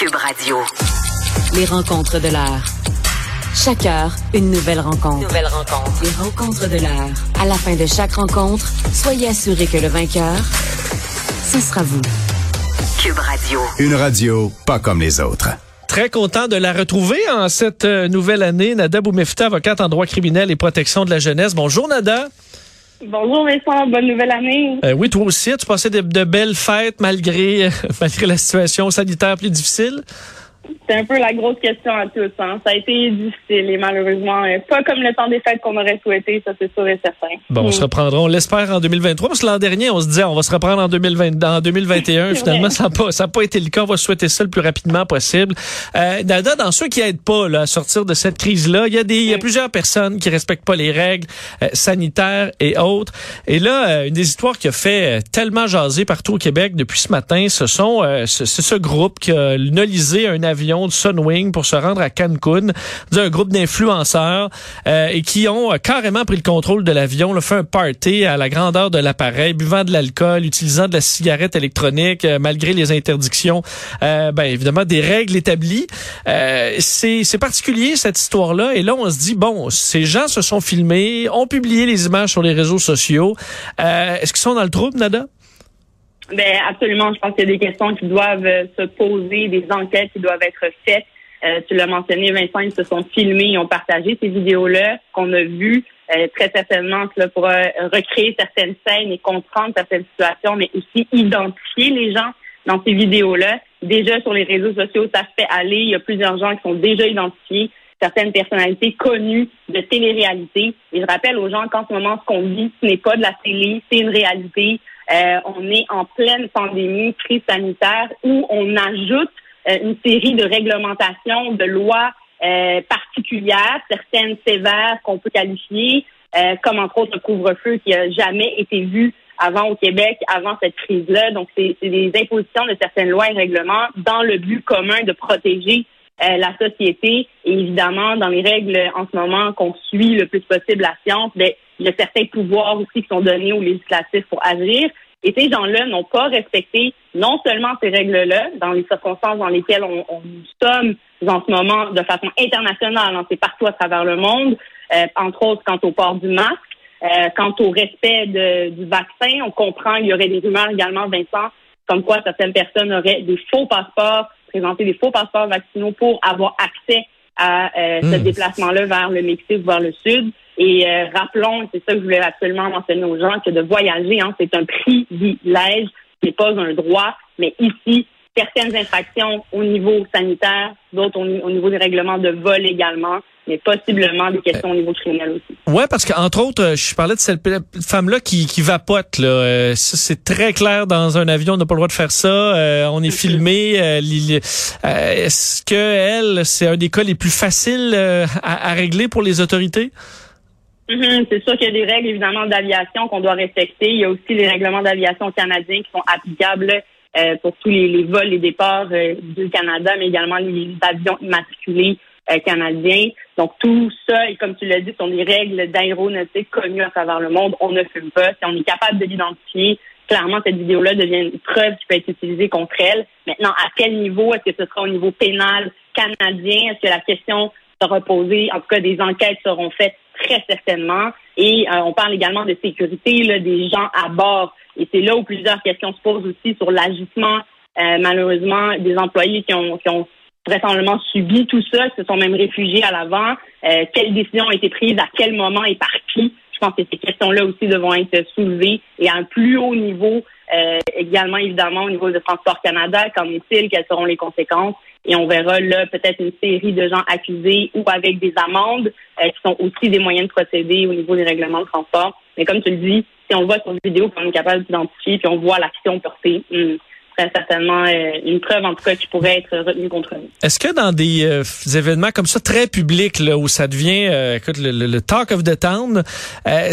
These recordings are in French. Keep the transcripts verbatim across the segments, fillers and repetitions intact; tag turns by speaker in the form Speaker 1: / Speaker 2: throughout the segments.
Speaker 1: Cube Radio.
Speaker 2: Les rencontres de l'heure. Chaque heure, une nouvelle rencontre.
Speaker 1: Nouvelle rencontre.
Speaker 2: Les rencontres de l'heure. À la fin de chaque rencontre, soyez assurés que le vainqueur, ce sera vous.
Speaker 1: Cube Radio.
Speaker 3: Une radio pas comme les autres.
Speaker 4: Très content de la retrouver en cette nouvelle année. Nada Boumefta, avocate en droit criminel et protection de la jeunesse. Bonjour Nada.
Speaker 5: Bonjour Vincent, bonne nouvelle année.
Speaker 4: Euh, oui, toi aussi, tu passais de, de belles fêtes malgré, malgré la situation sanitaire plus difficile?
Speaker 5: C'est un peu la grosse question à tous. Hein. Ça a été difficile et malheureusement, euh, pas comme le temps des fêtes qu'on aurait souhaité, ça c'est sûr et certain.
Speaker 4: Bon, on
Speaker 5: mmh.
Speaker 4: se reprendra, on l'espère en deux mille vingt-trois, parce que l'an dernier, on se disait on va se reprendre en deux mille vingt, en deux mille vingt et un. Finalement, ça n'a pas, ça n'a pas été le cas. On va souhaiter ça le plus rapidement possible. Euh, Nada, dans ceux qui aident pas là, à sortir de cette crise-là, il y a des, il y a plusieurs personnes qui respectent pas les règles euh, sanitaires et autres. Et là, euh, une des histoires qui a fait euh, tellement jaser partout au Québec depuis ce matin, ce sont, euh, c'est ce groupe qui a nolisé un avion de Sunwing pour se rendre à Cancun, un groupe d'influenceurs euh, et qui ont euh, carrément pris le contrôle de l'avion, là, fait un party à la grandeur de l'appareil, buvant de l'alcool, utilisant de la cigarette électronique, euh, malgré les interdictions, euh, ben évidemment des règles établies. Euh, c'est, c'est particulier cette histoire-là, et là on se dit bon, ces gens se sont filmés, ont publié les images sur les réseaux sociaux. Euh, est-ce qu'ils sont dans le trouble, Nada?
Speaker 5: Ben absolument, je pense qu'il y a des questions qui doivent euh, se poser, des enquêtes qui doivent être faites. Euh, tu l'as mentionné, Vincent, ils se sont filmés, ils ont partagé ces vidéos-là qu'on a vues. Euh, très certainement là, pour euh, recréer certaines scènes et comprendre certaines situations, mais aussi identifier les gens dans ces vidéos-là. Déjà sur les réseaux sociaux, ça se fait aller. Il y a plusieurs gens qui sont déjà identifiés, certaines personnalités connues de télé-réalité. Et je rappelle aux gens qu'en ce moment, ce qu'on vit, ce n'est pas de la télé, c'est une réalité. Euh, on est en pleine pandémie, crise sanitaire, où on ajoute euh, une série de réglementations, de lois euh, particulières, certaines sévères qu'on peut qualifier, euh, comme entre autres le couvre-feu qui a jamais été vu avant au Québec, avant cette crise-là. Donc, c'est, c'est des impositions de certaines lois et règlements dans le but commun de protéger euh, la société. Et évidemment, dans les règles en ce moment qu'on suit le plus possible la science, bien, il y a certains pouvoirs aussi qui sont donnés aux législatifs pour agir. Et ces gens-là n'ont pas respecté non seulement ces règles-là, dans les circonstances dans lesquelles on, on nous sommes en ce moment de façon internationale, hein, c'est partout à travers le monde, euh, entre autres quant au port du masque, euh, quant au respect de, du vaccin. On comprend qu'il y aurait des rumeurs également, Vincent, comme quoi certaines personnes auraient des faux passeports, présenter des faux passeports vaccinaux pour avoir accès à euh, mmh. ce déplacement-là vers le Mexique, vers le Sud. Et euh, rappelons, c'est ça que je voulais absolument mentionner aux gens, que de voyager, hein, c'est un privilège, c'est pas un droit. Mais ici, certaines infractions au niveau sanitaire, d'autres au, au niveau des règlements de vol également, mais possiblement des questions au niveau criminel aussi.
Speaker 4: Ouais, parce qu'entre autres, je parlais de cette femme-là qui, qui vapote. Là. Euh, ça, c'est très clair dans un avion, on n'a pas le droit de faire ça. Euh, on est filmé. Euh, euh, est-ce que elle, c'est un des cas les plus faciles euh, à, à régler pour les autorités?
Speaker 5: Mm-hmm. C'est sûr qu'il y a des règles, évidemment, d'aviation qu'on doit respecter. Il y a aussi les règlements d'aviation canadiens qui sont applicables euh, pour tous les, les vols et départs euh, du Canada, mais également les avions immatriculés euh, canadiens. Donc, tout ça, et comme tu l'as dit, sont des règles d'aéronautique connues à travers le monde. On ne fume pas. Si on est capable de l'identifier, clairement, cette vidéo-là devient une preuve qui peut être utilisée contre elle. Maintenant, à quel niveau? Est-ce que ce sera au niveau pénal canadien? Est-ce que la question sera posée? En tout cas, des enquêtes seront faites très certainement. Et euh, on parle également de sécurité là, des gens à bord. Et c'est là où plusieurs questions se posent aussi sur l'agistement, euh, malheureusement, des employés qui ont, qui ont vraisemblablement subi tout ça, qui se sont même réfugiés à l'avant. Euh, quelles décisions ont été prises, à quel moment et par qui? Je pense que ces questions-là aussi devront être soulevées et à un plus haut niveau, euh, également évidemment au niveau de Transport Canada. Qu'en est-il? Quelles seront les conséquences? Et on verra là peut-être une série de gens accusés ou avec des amendes euh, qui sont aussi des moyens de procéder au niveau des règlements de transport. Mais comme tu le dis, si on voit sur une vidéo qu'on est capable d'identifier puis on voit l'action portée, hum, très certainement euh, une preuve en tout cas qui pourrait être retenue contre nous.
Speaker 4: Est-ce que dans des, euh, des événements comme ça très publics là où ça devient euh, écoute le, le, le talk of the town, euh,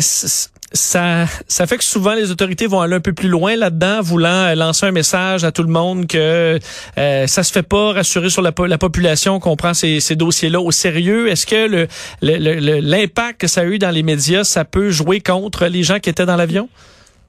Speaker 4: ça ça fait que souvent les autorités vont aller un peu plus loin là-dedans, voulant euh, lancer un message à tout le monde que euh, ça se fait pas, rassurer sur la, la population qu'on prend ces, ces dossiers-là au sérieux. Est-ce que le, le, le l'impact que ça a eu dans les médias, ça peut jouer contre les gens qui étaient dans l'avion?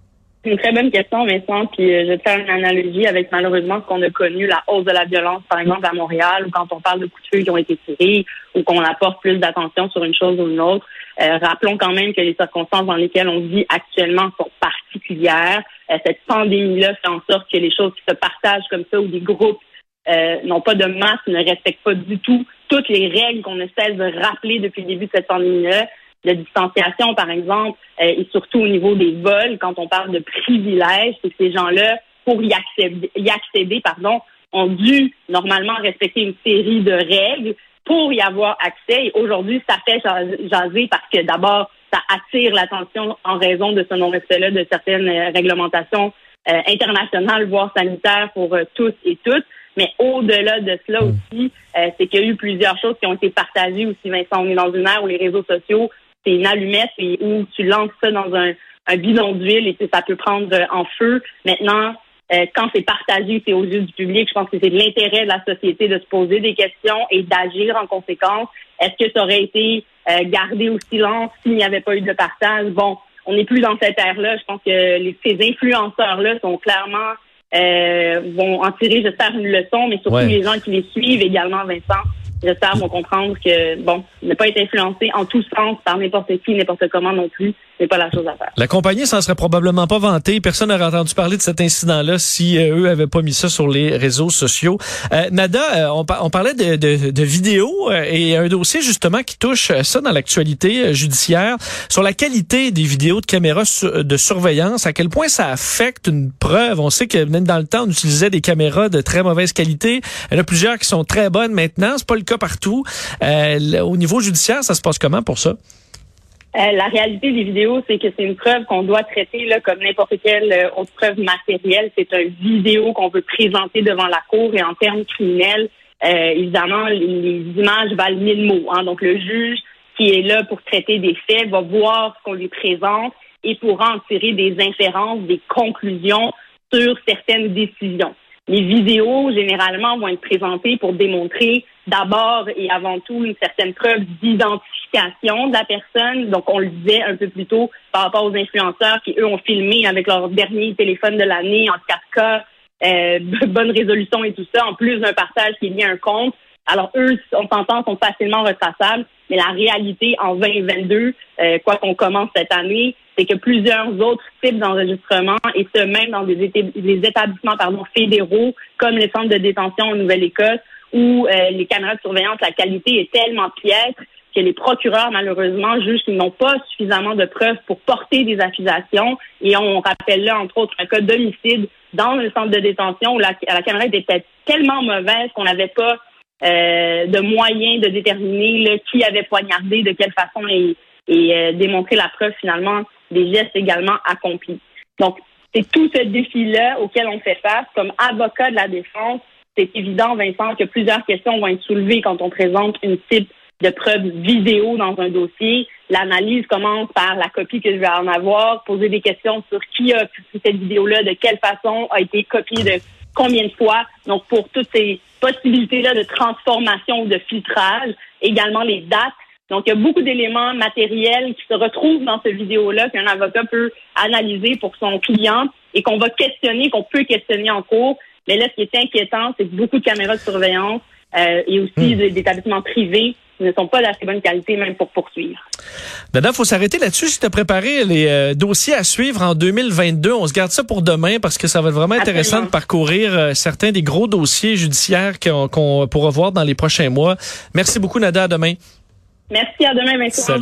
Speaker 5: C'est une très bonne question, Vincent. Puis euh, je vais te faire une analogie avec malheureusement ce qu'on a connu, la hausse de la violence, par exemple, à Montréal, ou quand on parle de coups de feu qui ont été tirés, ou qu'on apporte plus d'attention sur une chose ou une autre. Euh, rappelons quand même que les circonstances dans lesquelles on vit actuellement sont particulières. Euh, cette pandémie-là fait en sorte que les choses qui se partagent comme ça, ou des groupes euh, n'ont pas de masse, ne respectent pas du tout toutes les règles qu'on essaie de rappeler depuis le début de cette pandémie-là. De distanciation, par exemple, euh, et surtout au niveau des vols, quand on parle de privilèges, c'est que ces gens-là, pour y accéder, y accéder, pardon, ont dû normalement respecter une série de règles pour y avoir accès. Et aujourd'hui, ça fait jaser parce que d'abord, ça attire l'attention en raison de ce non-respect-là de certaines euh, réglementations euh, internationales, voire sanitaires pour euh, tous et toutes. Mais au-delà de cela aussi, euh, c'est qu'il y a eu plusieurs choses qui ont été partagées aussi, Vincent. On est dans une ère où les réseaux sociaux, c'est une allumette et où tu lances ça dans un, un bidon d'huile et ça peut prendre en feu. Maintenant, euh, quand c'est partagé, c'est aux yeux du public. Je pense que c'est de l'intérêt de la société de se poser des questions et d'agir en conséquence. Est-ce que ça aurait été euh, gardé au silence s'il n'y avait pas eu de partage? Bon, on n'est plus dans cette ère-là. Je pense que les, ces influenceurs-là sont clairement euh, vont en tirer, j'espère, une leçon, mais surtout ouais. les gens qui les suivent également, Vincent. J'espère vont comprendre que, bon, ne pas être influencé en tous sens par n'importe qui, n'importe comment non plus, c'est pas la chose à faire.
Speaker 4: La compagnie s'en serait probablement pas vantée. Personne n'aurait entendu parler de cet incident-là si euh, eux avaient pas mis ça sur les réseaux sociaux. Euh, Nada, euh, on, on parlait de, de, de vidéos euh, et un dossier justement qui touche ça dans l'actualité euh, judiciaire sur la qualité des vidéos de caméras su- de surveillance. À quel point ça affecte une preuve. On sait que même dans le temps, on utilisait des caméras de très mauvaise qualité. Il y en a plusieurs qui sont très bonnes maintenant. C'est pas le cas partout. Euh, au niveau judiciaire, ça se passe comment pour ça?
Speaker 5: Euh, la réalité des vidéos, c'est que c'est une preuve qu'on doit traiter là, comme n'importe quelle euh, autre preuve matérielle. C'est une vidéo qu'on veut présenter devant la cour et en termes criminels, euh, évidemment, les, les images valent mille mots. Hein. Donc, le juge qui est là pour traiter des faits va voir ce qu'on lui présente et pourra en tirer des inférences, des conclusions sur certaines décisions. Les vidéos, généralement, vont être présentées pour démontrer d'abord et avant tout une certaine preuve d'identification de la personne. Donc, on le disait un peu plus tôt par rapport aux influenceurs qui, eux, ont filmé avec leur dernier téléphone de l'année en quatre K, euh, bonne résolution et tout ça, en plus d'un partage qui est lié à un compte. Alors, eux, on s'entend, sont facilement retraçables, mais la réalité en vingt vingt-deux, euh, quoi qu'on commence cette année, c'est que plusieurs autres types d'enregistrements, et ce, même dans des, étab- des établissements pardon, fédéraux, comme les centres de détention en Nouvelle-Écosse, où euh, les caméras de surveillance, la qualité est tellement piètre que les procureurs, malheureusement, jugent qu'ils n'ont pas suffisamment de preuves pour porter des accusations. Et on rappelle là, entre autres, un cas d'homicide dans le centre de détention où la, la caméra était tellement mauvaise qu'on n'avait pas euh, de moyens de déterminer là, qui avait poignardé, de quelle façon, et, et euh, démontrer la preuve, finalement, des gestes également accomplis. Donc, c'est tout ce défi-là auquel on fait face. Comme avocat de la défense, c'est évident, Vincent, que plusieurs questions vont être soulevées quand on présente une type de preuve vidéo dans un dossier. L'analyse commence par la copie que je vais en avoir, poser des questions sur qui a pris cette vidéo-là, de quelle façon a été copiée, de combien de fois. Donc, pour toutes ces possibilités-là de transformation ou de filtrage, également les dates. Donc, il y a beaucoup d'éléments matériels qui se retrouvent dans cette vidéo-là qu'un avocat peut analyser pour son client et qu'on va questionner, qu'on peut questionner en cours. Mais là, ce qui est inquiétant, c'est que beaucoup de caméras de surveillance euh, et aussi mmh. d'établissements privés ne sont pas d'assez bonne qualité même pour poursuivre.
Speaker 4: Nada, il faut s'arrêter là-dessus. Si tu as préparé les euh, dossiers à suivre en deux mille vingt-deux, on se garde ça pour demain parce que ça va être vraiment intéressant Absolument. de parcourir euh, certains des gros dossiers judiciaires qu'on, qu'on pourra voir dans les prochains mois. Merci beaucoup, Nada. À demain.
Speaker 5: Merci, à demain, Vincent. Salut.